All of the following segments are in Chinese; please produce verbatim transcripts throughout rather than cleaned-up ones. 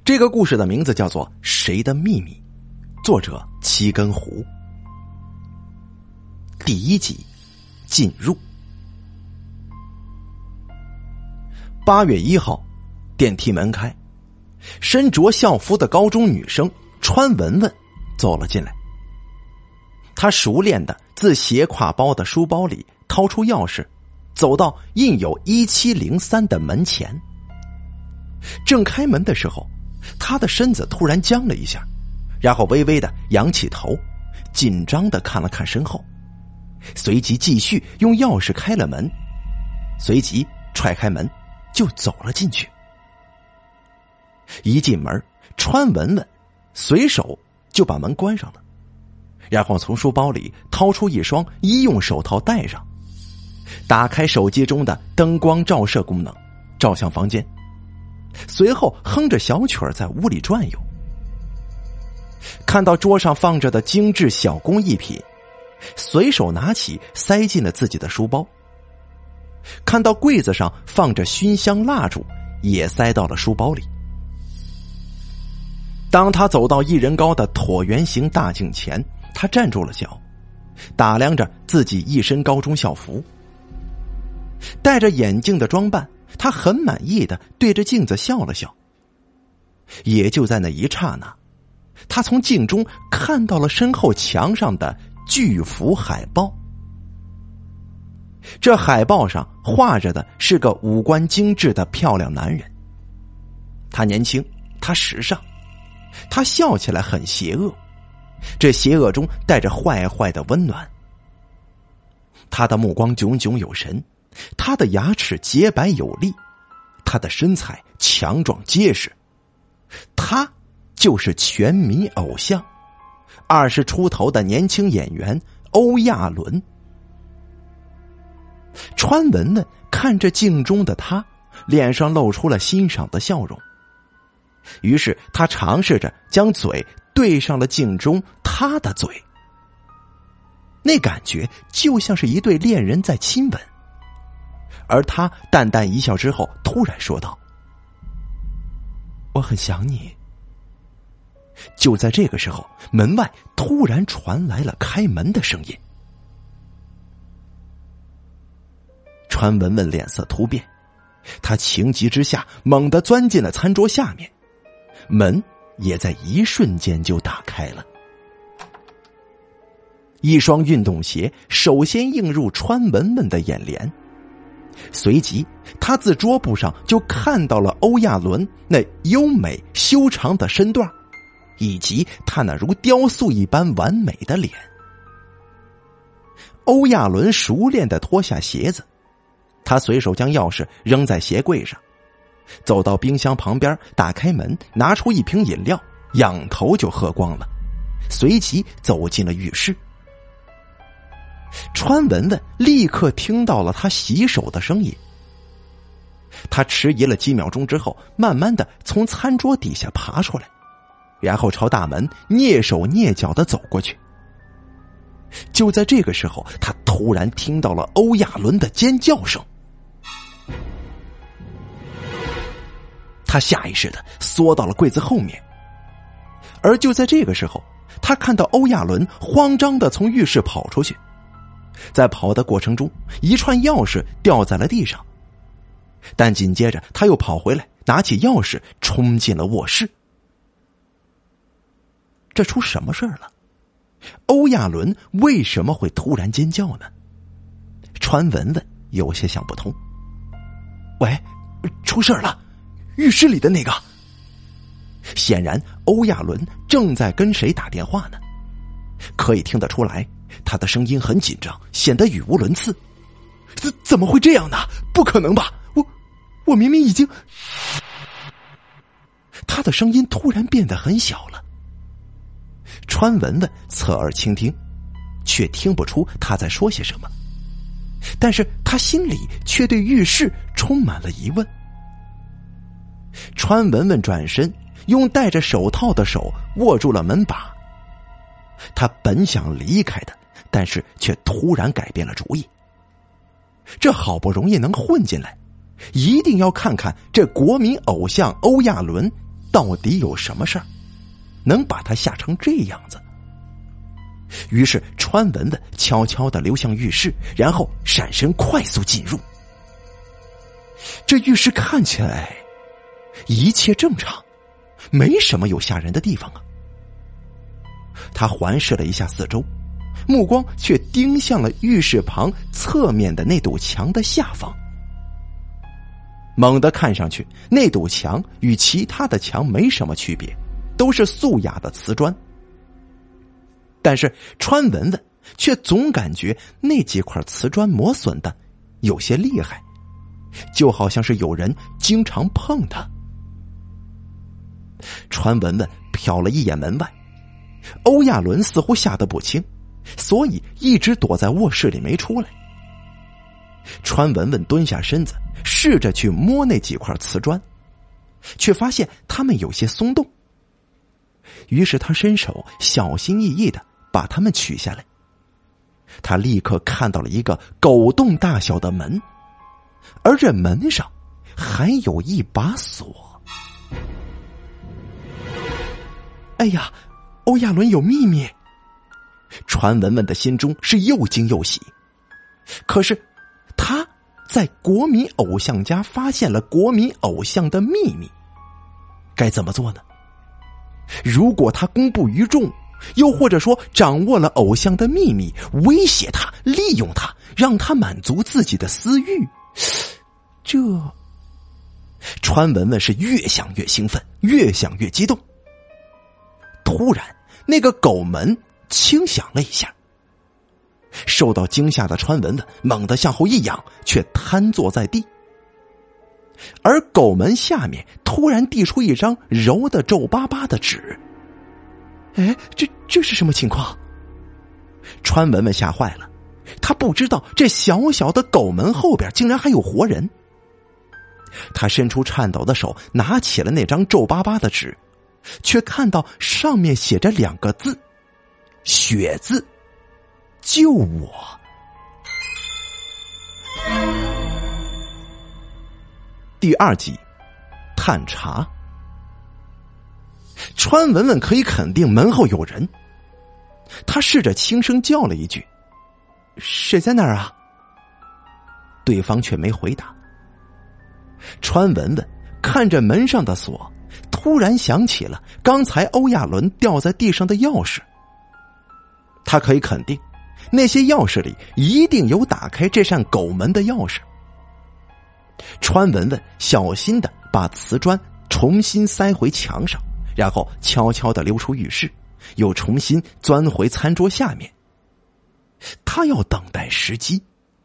这个故事的名字叫做《谁的秘密》，作者七根胡。第一集，进入。八月一号，电梯门开，身着校服的高中女生川文文走了进来。她熟练的自斜挎包的书包里掏出钥匙，走到印有一七零三的门前。正开门的时候，她的身子突然僵了一下，然后微微的仰起头，紧张的看了看身后，随即继续用钥匙开了门，随即踹开门就走了进去。一进门，川文文随手就把门关上了，然后从书包里掏出一双医用手套戴上，打开手机中的灯光照射功能，照向房间，随后哼着小曲儿在屋里转悠。看到桌上放着的精致小工艺品，随手拿起塞进了自己的书包。看到柜子上放着熏香蜡烛，也塞到了书包里。当他走到一人高的椭圆形大镜前，他站住了脚，打量着自己一身高中校服。戴着眼镜的装扮，他很满意的对着镜子笑了笑。也就在那一刹那，他从镜中看到了身后墙上的巨幅海报。这海报上画着的是个五官精致的漂亮男人，他年轻，他时尚，他笑起来很邪恶，这邪恶中带着坏坏的温暖。他的目光炯炯有神，他的牙齿洁白有力，他的身材强壮结实，他就是全民偶像，二十出头的年轻演员欧亚伦。川文文看着镜中的他，脸上露出了欣赏的笑容。于是他尝试着将嘴对上了镜中他的嘴，那感觉就像是一对恋人在亲吻。而他淡淡一笑之后，突然说道：“我很想你。”就在这个时候，门外突然传来了开门的声音。川文文脸色突变，他情急之下猛地钻进了餐桌下面，门也在一瞬间就打开了。一双运动鞋首先映入川文文的眼帘，随即他自桌布上就看到了欧亚伦那优美修长的身段，以及他那如雕塑一般完美的脸。欧亚伦熟练地脱下鞋子，他随手将钥匙扔在鞋柜上，走到冰箱旁边，打开门，拿出一瓶饮料，仰头就喝光了，随即走进了浴室。川文文立刻听到了他洗手的声音，他迟疑了几秒钟之后，慢慢的从餐桌底下爬出来，然后朝大门蹑手蹑脚的走过去。就在这个时候，他突然听到了欧亚伦的尖叫声，他下意识的缩到了柜子后面。而就在这个时候，他看到欧亚伦慌张的从浴室跑出去，在跑的过程中，一串钥匙掉在了地上，但紧接着他又跑回来，拿起钥匙冲进了卧室。这出什么事儿了？欧亚伦为什么会突然尖叫呢？川文文有些想不通。喂，出事了，浴室里的那个。显然欧亚伦正在跟谁打电话呢，可以听得出来他的声音很紧张，显得语无伦次。怎怎么会这样呢？不可能吧，我我明明已经……他的声音突然变得很小了。川文文侧耳倾听，却听不出他在说些什么，但是他心里却对浴室充满了疑问。川文文转身，用戴着手套的手握住了门把。他本想离开的，但是却突然改变了主意。这好不容易能混进来，一定要看看这国民偶像欧亚伦到底有什么事儿，能把他吓成这样子？于是川文文悄悄地溜向浴室，然后闪身快速进入。这浴室看起来一切正常，没什么有吓人的地方啊。他环视了一下四周，目光却盯向了浴室旁侧面的那堵墙的下方。猛地看上去，那堵墙与其他的墙没什么区别，都是素雅的瓷砖。但是川文文却总感觉那几块瓷砖磨损的有些厉害，就好像是有人经常碰它。川文文瞟了一眼门外，欧亚伦似乎吓得不轻，所以一直躲在卧室里没出来。川文文蹲下身子，试着去摸那几块瓷砖，却发现它们有些松动。于是他伸手小心翼翼地把它们取下来。他立刻看到了一个狗洞大小的门，而这门上还有一把锁。哎呀，欧亚伦有秘密！川文文的心中是又惊又喜。可是他在国民偶像家发现了国民偶像的秘密，该怎么做呢？如果他公布于众，又或者说掌握了偶像的秘密，威胁他，利用他，让他满足自己的私欲，这川文文是越想越兴奋，越想越激动。突然那个狗门轻响了一下，受到惊吓的川文文猛地向后一仰，却瘫坐在地。而狗门下面突然递出一张揉得皱巴巴的纸。哎，这这是什么情况？川文文吓坏了，他不知道这小小的狗门后边竟然还有活人。他伸出颤抖的手，拿起了那张皱巴巴的纸，却看到上面写着两个字：血字，救我。第二集，探查。川文文可以肯定门后有人，他试着轻声叫了一句：谁在那儿啊？对方却没回答。川文文看着门上的锁，突然想起了刚才欧亚伦掉在地上的钥匙。他可以肯定，那些钥匙里一定有打开这扇狗门的钥匙。川文文小心地把瓷砖重新塞回墙上，然后悄悄地溜出浴室，又重新钻回餐桌下面。他要等待时机。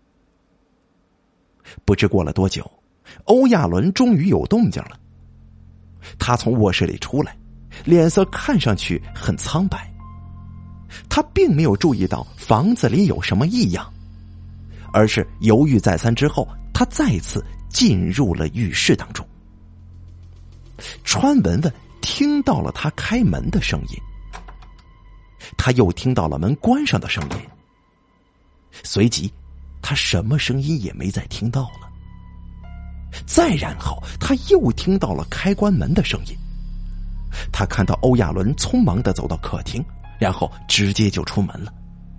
不知过了多久，欧亚伦终于有动静了。他从卧室里出来，脸色看上去很苍白。他并没有注意到房子里有什么异样，而是犹豫再三之后，他再次进入了浴室当中。川文文听到了他开门的声音，他又听到了门关上的声音，随即他什么声音也没再听到了。再然后他又听到了开关门的声音，他看到欧亚伦匆忙地走到客厅，然后直接就出门了。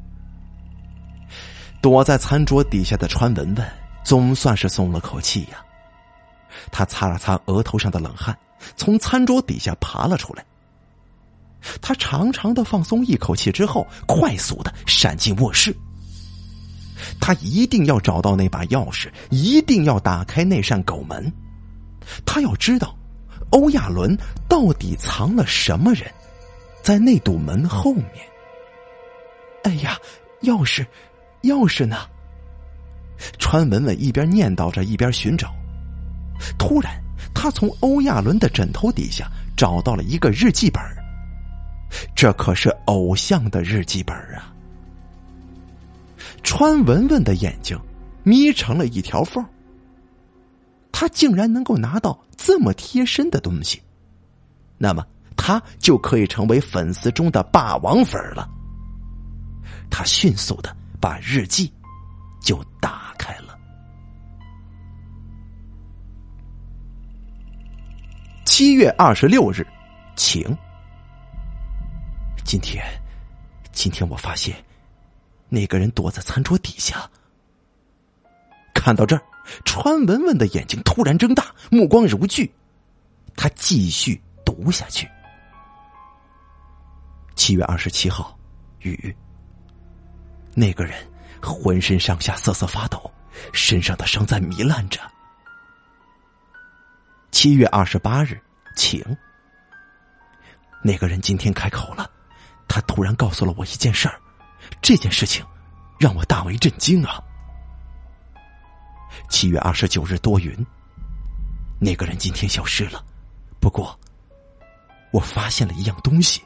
躲在餐桌底下的川文文总算是松了口气呀。他擦了擦额头上的冷汗，从餐桌底下爬了出来。他长长的放松一口气之后，快速的闪进卧室。他一定要找到那把钥匙，一定要打开那扇狗门。他要知道欧亚伦到底藏了什么人在那堵门后面。哎呀，钥匙钥匙呢？川文文一边念叨着一边寻找。突然他从欧亚伦的枕头底下找到了一个日记本，这可是偶像的日记本啊。川文文的眼睛眯成了一条缝，他竟然能够拿到这么贴身的东西，那么他就可以成为粉丝中的霸王粉了。他迅速的把日记就打开了。 七月二十六日，晴。今天，今天我发现，那个人躲在餐桌底下。看到这儿，川文文的眼睛突然睁大，目光如炬。他继续读下去。七月二十七号，雨。那个人浑身上下瑟瑟发抖，身上的伤在糜烂着。七月二十八日，晴。那个人今天开口了，他突然告诉了我一件事儿，这件事情让我大为震惊啊。七月二十九日，多云。那个人今天消失了，不过我发现了一样东西。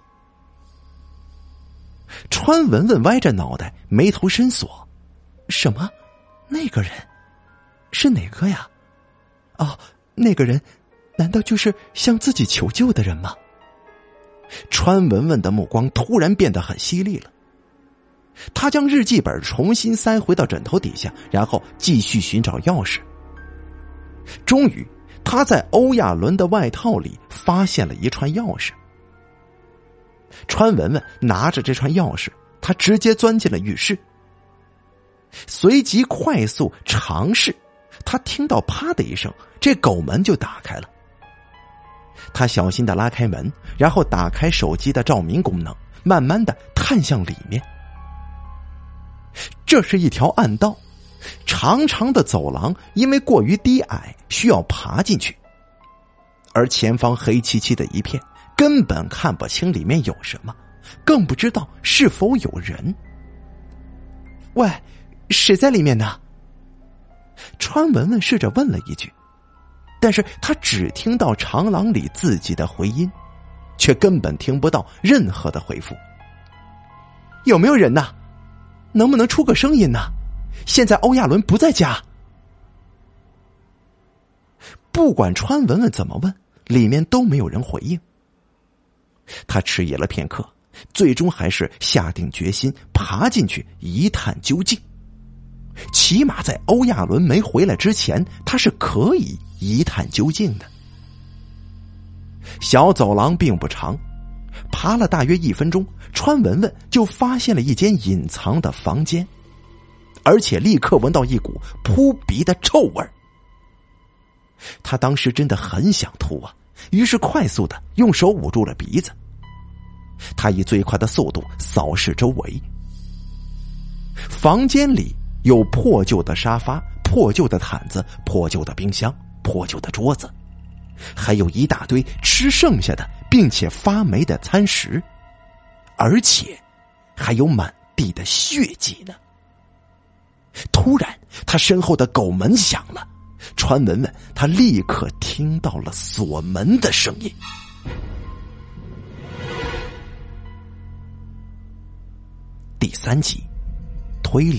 川文文歪着脑袋，眉头深锁。什么？那个人是哪个呀？哦，那个人难道就是向自己求救的人吗？川文文的目光突然变得很犀利了。他将日记本重新塞回到枕头底下，然后继续寻找钥匙。终于，他在欧亚伦的外套里发现了一串钥匙。川文文拿着这串钥匙，他直接钻进了浴室，随即快速尝试。他听到啪的一声，这狗门就打开了。他小心地拉开门，然后打开手机的照明功能，慢慢地探向里面。这是一条暗道，长长的走廊因为过于低矮，需要爬进去，而前方黑漆漆的一片，根本看不清里面有什么，更不知道是否有人。喂，谁在里面呢？川文文试着问了一句，但是他只听到长廊里自己的回音，却根本听不到任何的回复。有没有人呢？能不能出个声音呢？现在欧亚伦不在家。不管川文文怎么问，里面都没有人回应。他迟疑了片刻，最终还是下定决心爬进去一探究竟。起码在欧亚伦没回来之前，他是可以一探究竟的。小走廊并不长，爬了大约一分钟，川文文就发现了一间隐藏的房间，而且立刻闻到一股扑鼻的臭味。他当时真的很想吐啊，于是快速的用手捂住了鼻子。他以最快的速度扫视周围，房间里有破旧的沙发、破旧的毯子、破旧的冰箱、破旧的桌子，还有一大堆吃剩下的并且发霉的餐食，而且还有满地的血迹呢。突然，他身后的狗门响了，川文文他立刻听到了锁门的声音。第三集，推理。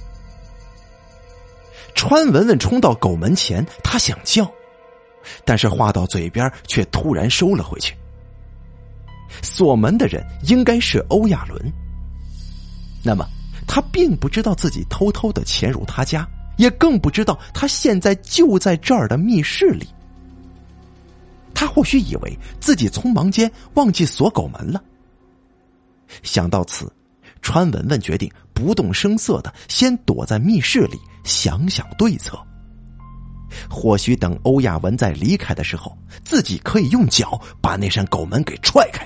川文文冲到狗门前，他想叫，但是话到嘴边却突然收了回去。锁门的人应该是欧亚伦，那么他并不知道自己偷偷的潜入他家，也更不知道他现在就在这儿的密室里。他或许以为自己匆忙间忘记锁狗门了。想到此，川文文决定不动声色的先躲在密室里想想对策，或许等欧亚文在离开的时候，自己可以用脚把那扇狗门给踹开。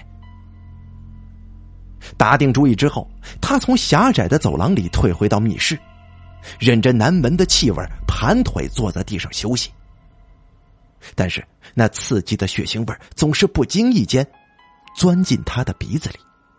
打定主意之后，他从狭窄的走廊里退回到密室，忍着难闻的气味，盘腿坐在地上休息。但是那刺激的血腥味总是不经意间钻进他的鼻子里。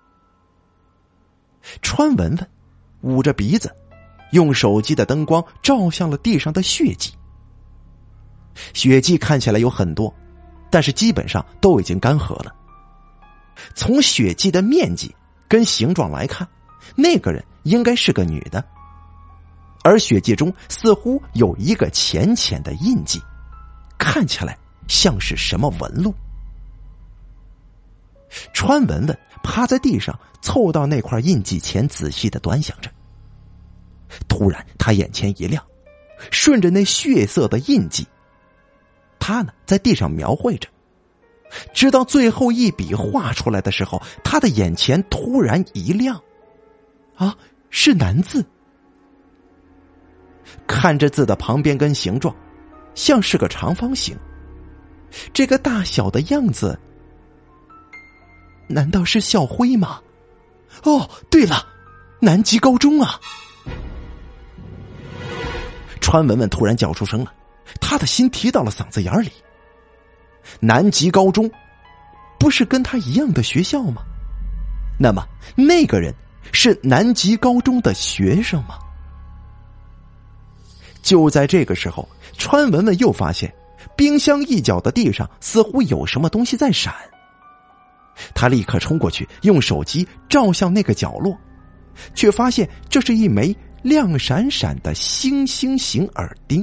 川文文捂着鼻子，用手机的灯光照向了地上的血迹。血迹看起来有很多，但是基本上都已经干涸了。从血迹的面积跟形状来看，那个人应该是个女的，而血迹中似乎有一个浅浅的印记，看起来像是什么纹路。川文文趴在地上，凑到那块印记前仔细的端详着。突然他眼前一亮，顺着那血色的印记，他呢在地上描绘着， 直到最后一笔画出来的时候，他的眼前突然一亮，啊，是难字。看着字的旁边跟形状，像是个长方形。这个大小的样子，难道是校徽吗？哦，对了，南极高中啊！川文文突然叫出声了，他的心提到了嗓子眼里。南极高中不是跟他一样的学校吗？那么那个人是南极高中的学生吗？就在这个时候，川文文又发现冰箱一角的地上似乎有什么东西在闪。他立刻冲过去，用手机照向那个角落，却发现这是一枚亮闪闪的星星形耳钉。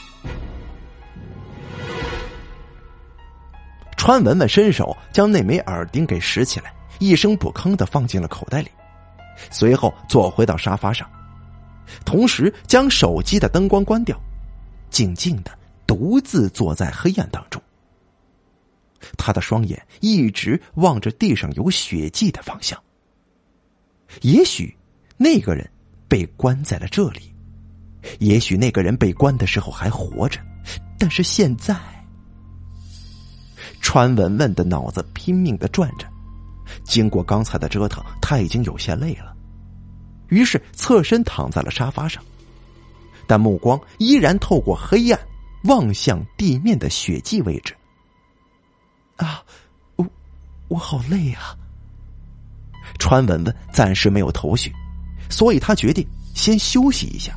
川文文伸手将那枚耳钉给拾起来，一声不吭地放进了口袋里，随后坐回到沙发上，同时将手机的灯光关掉，静静地独自坐在黑暗当中。他的双眼一直望着地上有血迹的方向。也许那个人被关在了这里，也许那个人被关的时候还活着，但是现在……川文文的脑子拼命地转着，经过刚才的折腾，他已经有些累了，于是侧身躺在了沙发上，但目光依然透过黑暗望向地面的血迹位置。啊，我我好累啊！川文文暂时没有头绪，所以他决定先休息一下。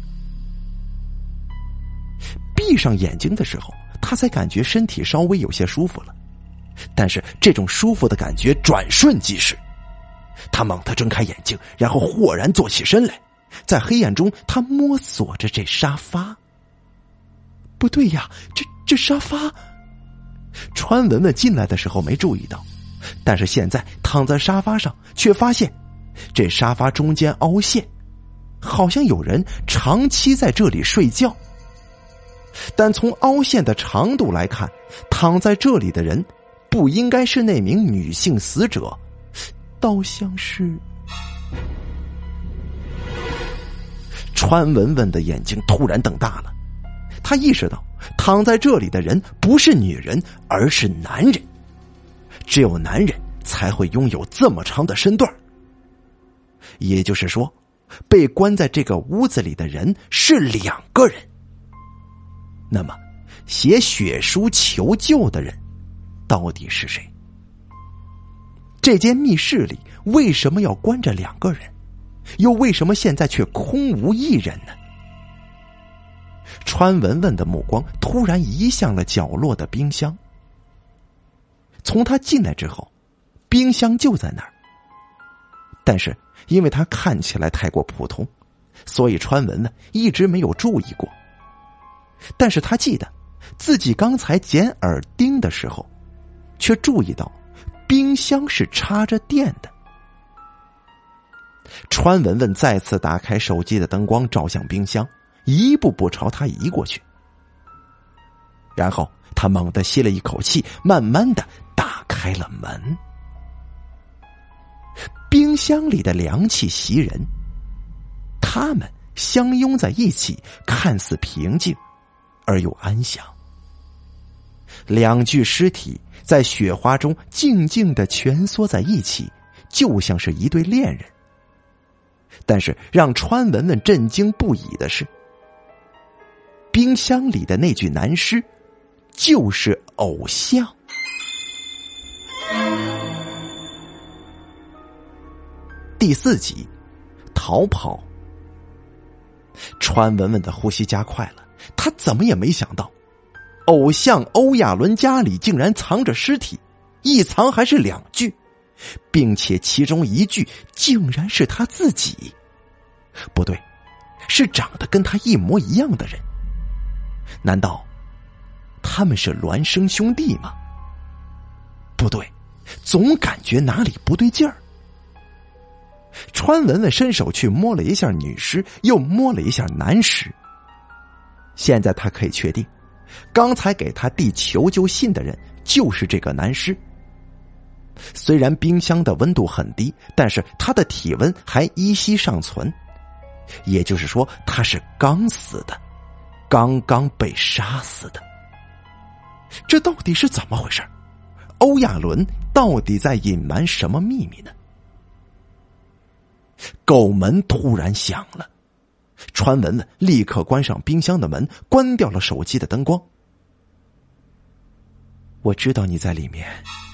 闭上眼睛的时候，他才感觉身体稍微有些舒服了，但是这种舒服的感觉转瞬即逝。他猛地睁开眼睛，然后豁然坐起身来，在黑暗中他摸索着这沙发。不对呀，这这沙发……川文文进来的时候没注意到，但是现在躺在沙发上，却发现这沙发中间凹陷，好像有人长期在这里睡觉。但从凹陷的长度来看，躺在这里的人不应该是那名女性死者，倒像是……川文文的眼睛突然瞪大了，他意识到躺在这里的人不是女人，而是男人。只有男人才会拥有这么长的身段，也就是说，被关在这个屋子里的人是两个人。那么写血书求救的人到底是谁？这间密室里为什么要关着两个人？又为什么现在却空无一人呢？川文文的目光突然移向了角落的冰箱。从他进来之后，冰箱就在那儿，但是因为他看起来太过普通，所以川文文一直没有注意过。但是他记得自己刚才捡耳钉的时候，却注意到冰箱是插着电的。川文文再次打开手机的灯光，照向冰箱，一步步朝他移过去。然后他猛地吸了一口气，慢慢的打开了门。冰箱里的凉气袭人，他们相拥在一起，看似平静而又安详。两具尸体在雪花中静静地蜷缩在一起，就像是一对恋人。但是让川文文震惊不已的是，冰箱里的那具男尸就是偶像。第四集，逃跑。川文文的呼吸加快了，他怎么也没想到，偶像欧亚伦家里竟然藏着尸体，一藏还是两具，并且其中一具竟然是他自己。不对，是长得跟他一模一样的人。难道他们是孪生兄弟吗？不对，总感觉哪里不对劲儿。川文文伸手去摸了一下女尸，又摸了一下男尸。现在他可以确定，刚才给他递求救信的人就是这个男尸， 虽然冰箱的温度很低，但是他的体温还依稀尚存，也就是说他是刚死的，刚刚被杀死的。这到底是怎么回事？欧亚伦到底在隐瞒什么秘密呢？狗门突然响了，川文文立刻关上冰箱的门，关掉了手机的灯光。我知道你在里面。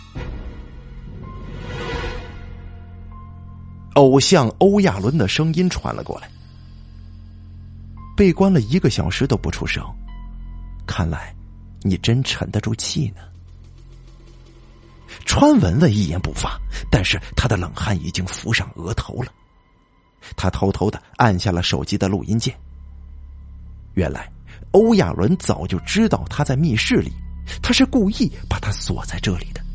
偶像欧亚伦的声音传了过来。被关了一个小时都不出声，看来你真沉得住气呢。川文文一言不发，但是他的冷汗已经浮上额头了。他偷偷地按下了手机的录音键。原来欧亚伦早就知道他在密室里，他是故意把他锁在这里的。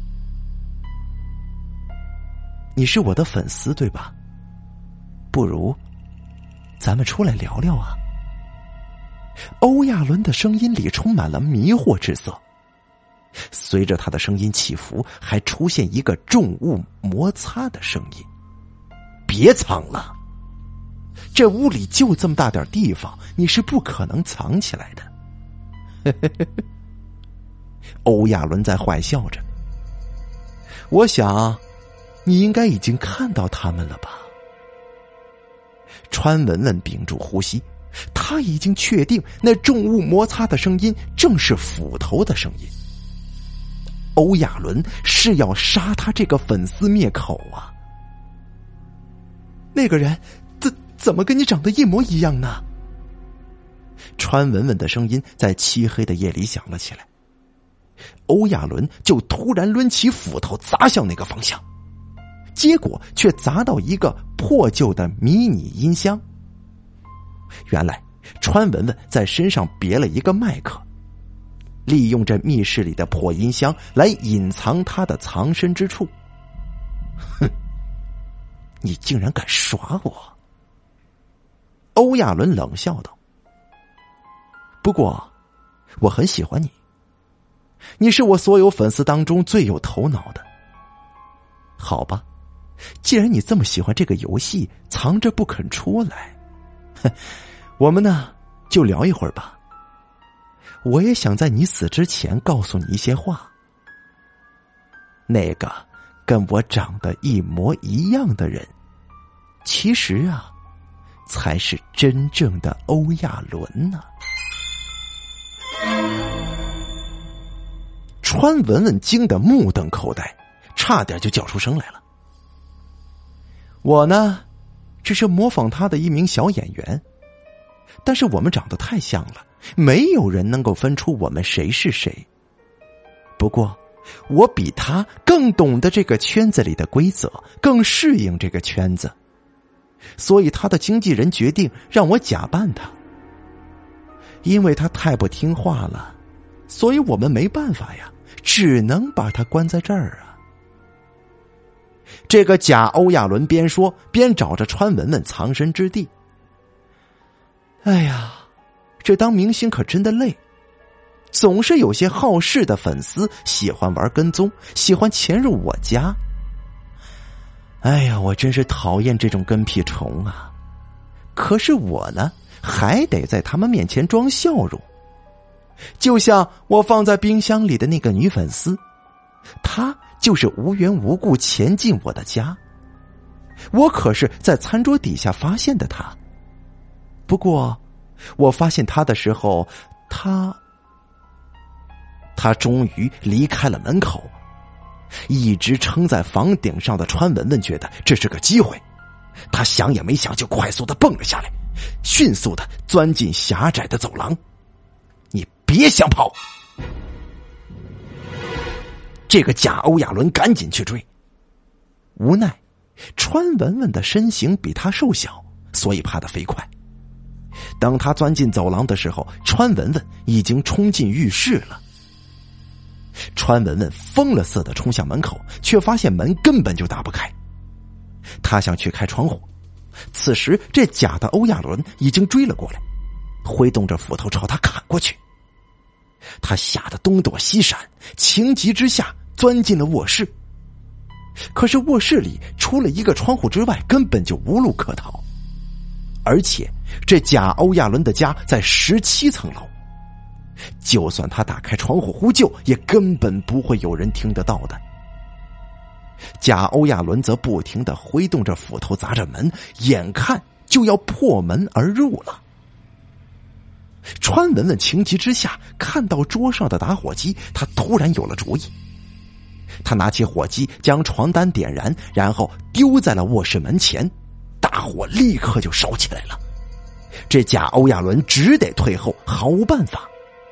你是我的粉丝对吧？不如咱们出来聊聊啊。欧亚伦的声音里充满了迷惑之色，随着他的声音起伏，还出现一个重物摩擦的声音。别藏了，这屋里就这么大点地方，你是不可能藏起来的。欧亚伦在坏笑着。我想你应该已经看到他们了吧？川文文屏住呼吸，他已经确定那重物摩擦的声音正是斧头的声音。欧亚伦是要杀他这个粉丝灭口啊！那个人怎怎么跟你长得一模一样呢？川文文的声音在漆黑的夜里响了起来。欧亚伦就突然抡起斧头砸向那个方向，结果却砸到一个破旧的迷你音箱。原来川文文在身上别了一个麦克，利用这密室里的破音箱来隐藏他的藏身之处。哼，你竟然敢耍我！欧亚伦冷笑道。不过我很喜欢你，你是我所有粉丝当中最有头脑的。好吧，既然你这么喜欢这个游戏，藏着不肯出来，哼，我们呢就聊一会儿吧。我也想在你死之前告诉你一些话。那个跟我长得一模一样的人，其实啊，才是真正的欧亚伦呢。川文文惊得目瞪口呆，差点就叫出声来了。我呢，只是模仿他的一名小演员，但是我们长得太像了，没有人能够分出我们谁是谁。不过我比他更懂得这个圈子里的规则，更适应这个圈子，所以他的经纪人决定让我假扮他。因为他太不听话了，所以我们没办法呀，只能把他关在这儿啊。这个假欧亚伦边说边找着川文文藏身之地。哎呀，这当明星可真的累，总是有些好事的粉丝喜欢玩跟踪，喜欢潜入我家。哎呀，我真是讨厌这种跟屁虫啊！可是我呢，还得在他们面前装笑容。就像我放在冰箱里的那个女粉丝，她就是无缘无故潜进我的家，我可是在餐桌底下发现的她。不过我发现她的时候，她她终于离开了门口。一直撑在房顶上的川文文觉得这是个机会，他想也没想就快速的蹦了下来，迅速的钻进狭窄的走廊。你别想跑！这个假欧亚伦赶紧去追。无奈川文文的身形比他瘦小，所以爬得飞快。当他钻进走廊的时候，川文文已经冲进浴室了。川文文疯了似的冲向门口，却发现门根本就打不开。他想去开窗户，此时这假的欧亚伦已经追了过来，挥动着斧头朝他砍过去。他吓得东躲西闪，情急之下钻进了卧室。 可是卧室里除了一个窗户之外，根本就无路可逃。而且这贾欧亚伦的家在十七层楼，就算他打开窗户呼救，也根本不会有人听得到的。贾欧亚伦则不停地挥动着斧头砸着门，眼看就要破门而入了。川文文情急之下看到桌上的打火机，他突然有了主意。他拿起火机将床单点燃，然后丢在了卧室门前，大火立刻就烧起来了。这贾欧亚伦只得退后，毫无办法。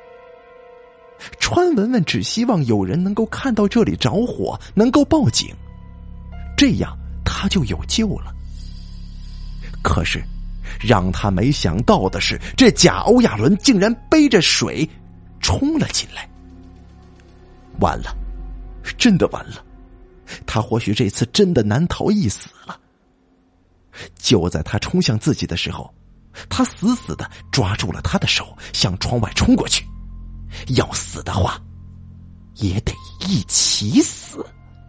川文文只希望有人能够看到这里着火，能够报警，这样他就有救了。可是让他没想到的是，这贾欧亚伦竟然背着水冲了进来。完了，真的完了，他或许这次真的难逃一死了。就在他冲向自己的时候，他死死地抓住了他的手，向窗外冲过去。要死的话，也得一起死。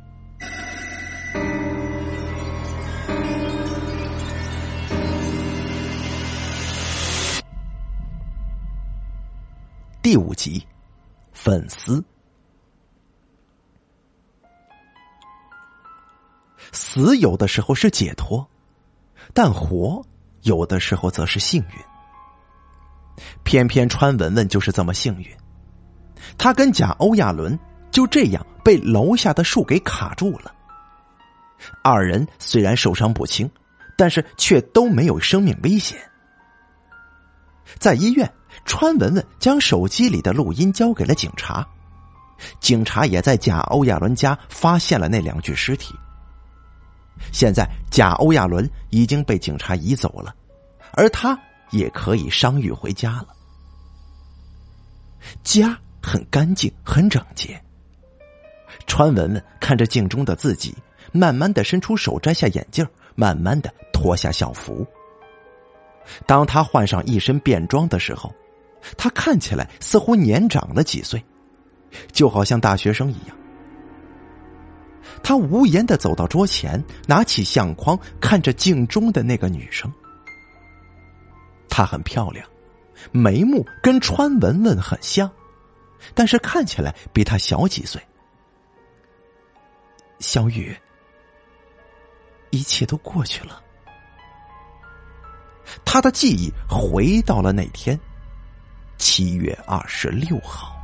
第五集，粉丝。死有的时候是解脱，但活有的时候则是幸运。偏偏川文文就是这么幸运，他跟贾欧亚伦就这样被楼下的树给卡住了。二人虽然受伤不轻，但是却都没有生命危险。在医院，川文文将手机里的录音交给了警察，警察也在贾欧亚伦家发现了那两具尸体。现在贾欧亚伦已经被警察移走了，而他也可以伤愈回家了。家很干净，很整洁。川文文看着镜中的自己，慢慢的伸出手摘下眼镜，慢慢的脱下校服。当他换上一身便装的时候，他看起来似乎年长了几岁，就好像大学生一样。他无言地走到桌前，拿起相框，看着镜中的那个女生。她很漂亮，眉目跟川文文很像，但是看起来比她小几岁。小雨，一切都过去了。他的记忆回到了那天，七月二十六号。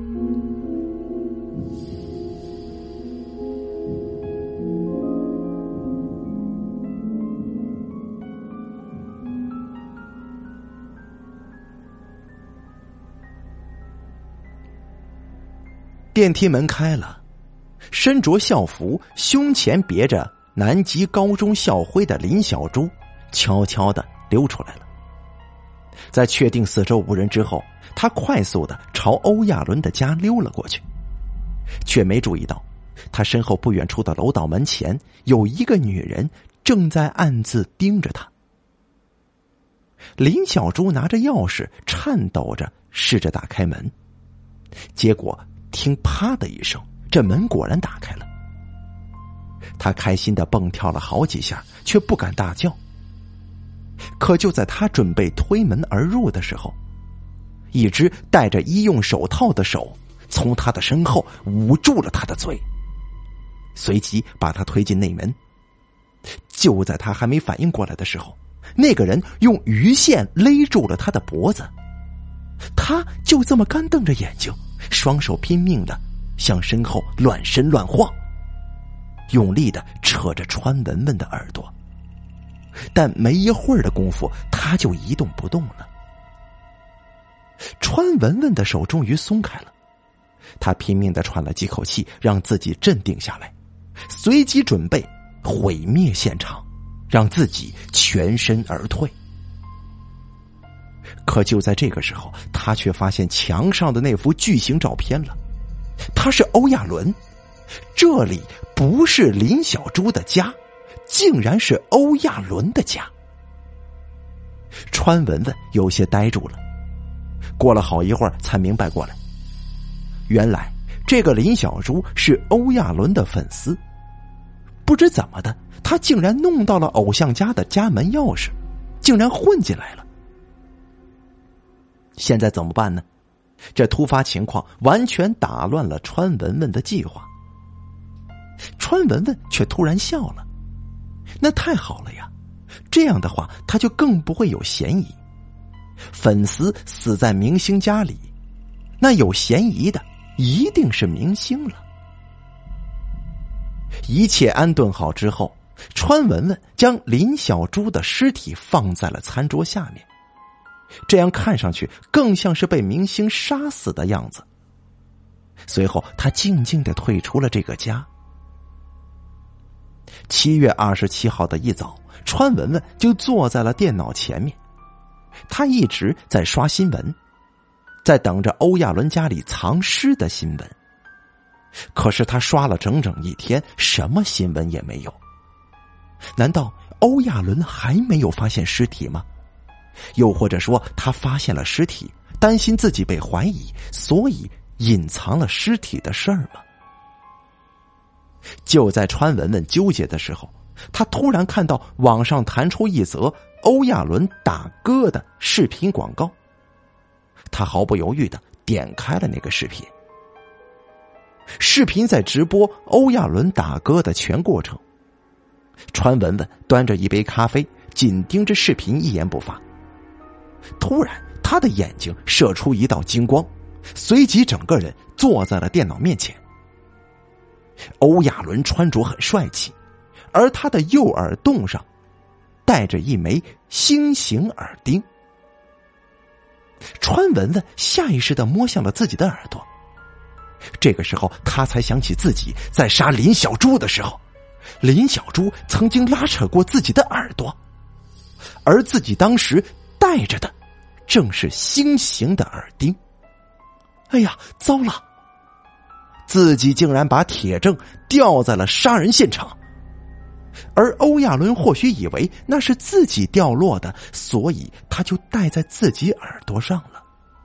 电梯门开了，身着校服，胸前别着南极高中校徽的林小珠悄悄地溜出来了。在确定四周无人之后，他快速地朝欧亚伦的家溜了过去，却没注意到他身后不远处的楼道门前有一个女人正在暗自盯着他。林小珠拿着钥匙颤抖着试着打开门，结果听啪的一声，这门果然打开了。他开心地蹦跳了好几下，却不敢大叫。可就在他准备推门而入的时候，一只戴着医用手套的手从他的身后捂住了他的嘴，随即把他推进内门。就在他还没反应过来的时候，那个人用鱼线勒住了他的脖子。他就这么干瞪着眼睛，双手拼命的向身后乱伸乱晃，用力的扯着川文文的耳朵。但没一会儿的功夫，他就一动不动了。川文文的手终于松开了，他拼命的喘了几口气，让自己镇定下来，随即准备毁灭现场，让自己全身而退。可就在这个时候，他却发现墙上的那幅巨型照片了。他是欧亚伦，这里不是林小珠的家，竟然是欧亚伦的家。川文文有些呆住了，过了好一会儿才明白过来，原来这个林小珠是欧亚伦的粉丝。 不知怎么的，他竟然弄到了偶像家的家门钥匙，竟然混进来了。现在怎么办呢？这突发情况完全打乱了川文文的计划。川文文却突然笑了，那太好了呀，这样的话他就更不会有嫌疑。粉丝死在明星家里，那有嫌疑的一定是明星了。一切安顿好之后，川文文将林小珠的尸体放在了餐桌下面，这样看上去更像是被明星杀死的样子。随后他静静地退出了这个家。七月二十七号的一早，川文文就坐在了电脑前面，他一直在刷新闻，在等着欧亚伦家里藏尸的新闻。可是他刷了整整一天，什么新闻也没有。难道欧亚伦还没有发现尸体吗？又或者说他发现了尸体，担心自己被怀疑，所以隐藏了尸体的事儿吗？就在川文文纠结的时候，他突然看到网上弹出一则欧亚伦打歌的视频广告，他毫不犹豫地点开了那个视频。视频在直播欧亚伦打歌的全过程，川文文端着一杯咖啡，紧盯着视频一言不发。突然他的眼睛射出一道金光，随即整个人坐在了电脑面前。欧亚伦穿着很帅气，而他的右耳洞上戴着一枚星形耳钉。川文文下意识地摸向了自己的耳朵，这个时候他才想起自己在杀林小珠的时候，林小珠曾经拉扯过自己的耳朵，而自己当时戴着的正是星形的耳钉。哎呀，糟了！自己竟然把铁证掉在了杀人现场，而欧亚伦或许以为那是自己掉落的，所以他就戴在自己耳朵上了。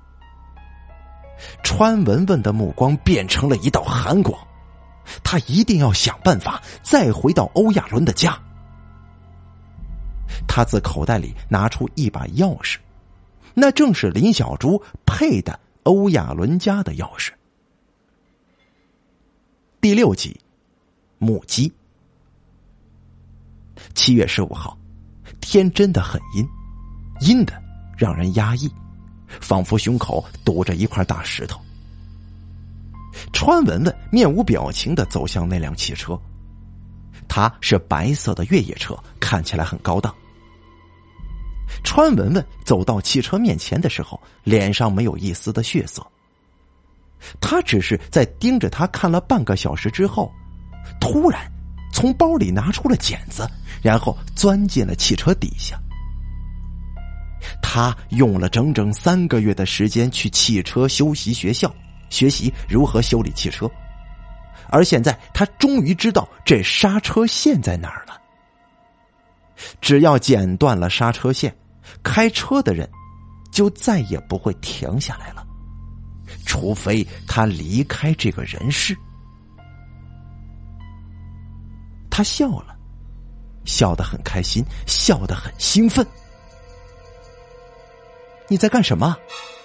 川文文的目光变成了一道寒光，他一定要想办法再回到欧亚伦的家。他自口袋里拿出一把钥匙，那正是林小珠配的欧亚伦家的钥匙。第六集，目击。七月十五号，天真的很阴，阴的让人压抑，仿佛胸口堵着一块大石头。川文文面无表情地走向那辆汽车，它是白色的越野车，看起来很高档。川文文走到汽车面前的时候，脸上没有一丝的血色。他只是在盯着他看了半个小时之后，突然从包里拿出了剪子，然后钻进了汽车底下。他用了整整三个月的时间去汽车修习学校学习如何修理汽车，而现在他终于知道这刹车线在哪儿了。只要剪断了刹车线，开车的人就再也不会停下来了，除非他离开这个人世。他笑了，笑得很开心，笑得很兴奋。你在干什么？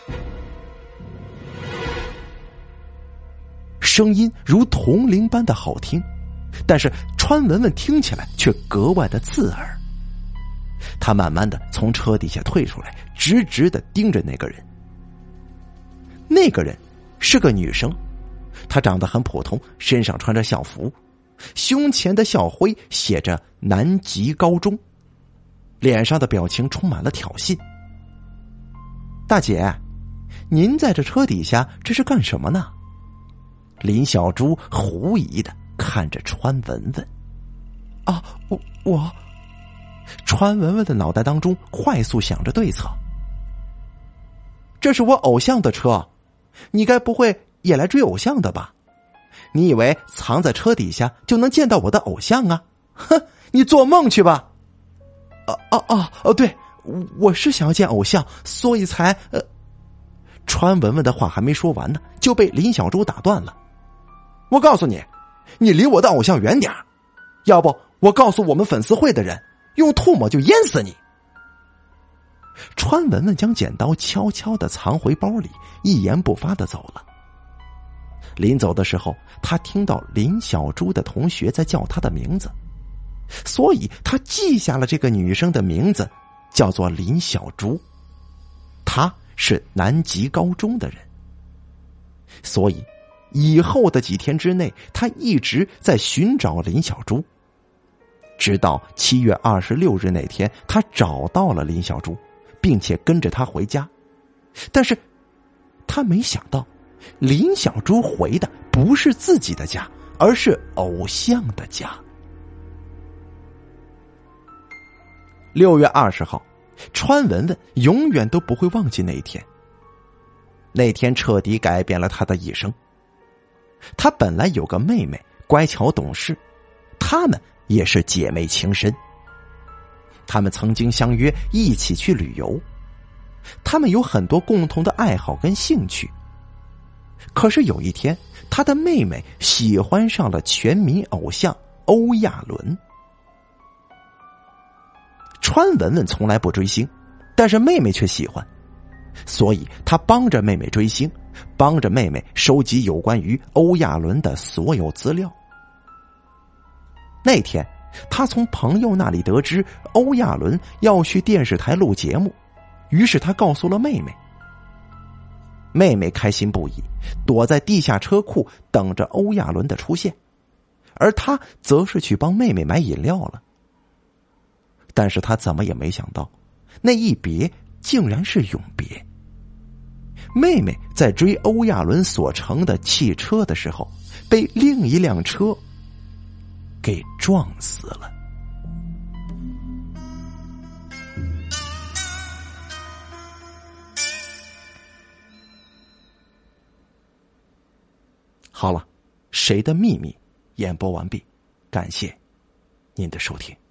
声音如铜铃般的好听，但是川文文听起来却格外的刺耳。他慢慢的从车底下退出来，直直的盯着那个人。那个人是个女生，她长得很普通，身上穿着校服，胸前的校徽写着南极高中，脸上的表情充满了挑衅。大姐，您在这车底下这是干什么呢？林小珠狐疑的看着川文文。啊，我我川文文的脑袋当中快速想着对策。这是我偶像的车，你该不会也来追偶像的吧？你以为藏在车底下就能见到我的偶像啊？哼，你做梦去吧！哦哦哦哦，对，我是想要见偶像，所以才……呃，川文文的话还没说完呢，就被林小珠打断了。我告诉你，你离我的偶像远点， 要不我告诉我们粉丝会的人，用唾沫就淹死你。川文文将剪刀悄悄地藏回包里，一言不发地走了。临走的时候，他听到林小珠的同学在叫他的名字，所以他记下了这个女生的名字，叫做林小珠。她是南极高中的人，所以以后的几天之内，他一直在寻找林小珠。直到七月二十六日那天，他找到了林小珠，并且跟着她回家。但是他没想到，林小珠回的不是自己的家，而是偶像的家。六月二十号，川文文永远都不会忘记那一天。那天彻底改变了她的一生。她本来有个妹妹，乖巧懂事，她们也是姐妹情深。她们曾经相约一起去旅游，她们有很多共同的爱好跟兴趣。可是有一天，她的妹妹喜欢上了全民偶像欧亚伦。川文文从来不追星，但是妹妹却喜欢，所以她帮着妹妹追星，帮着妹妹收集有关于欧亚伦的所有资料。那天，她从朋友那里得知欧亚伦要去电视台录节目，于是她告诉了妹妹。妹妹开心不已，躲在地下车库等着欧亚伦的出现，而她则是去帮妹妹买饮料了。但是她怎么也没想到，那一别竟然是永别。妹妹在追欧亚伦所乘的汽车的时候，被另一辆车给撞死了。好了，谁的秘密演播完毕，感谢您的收听。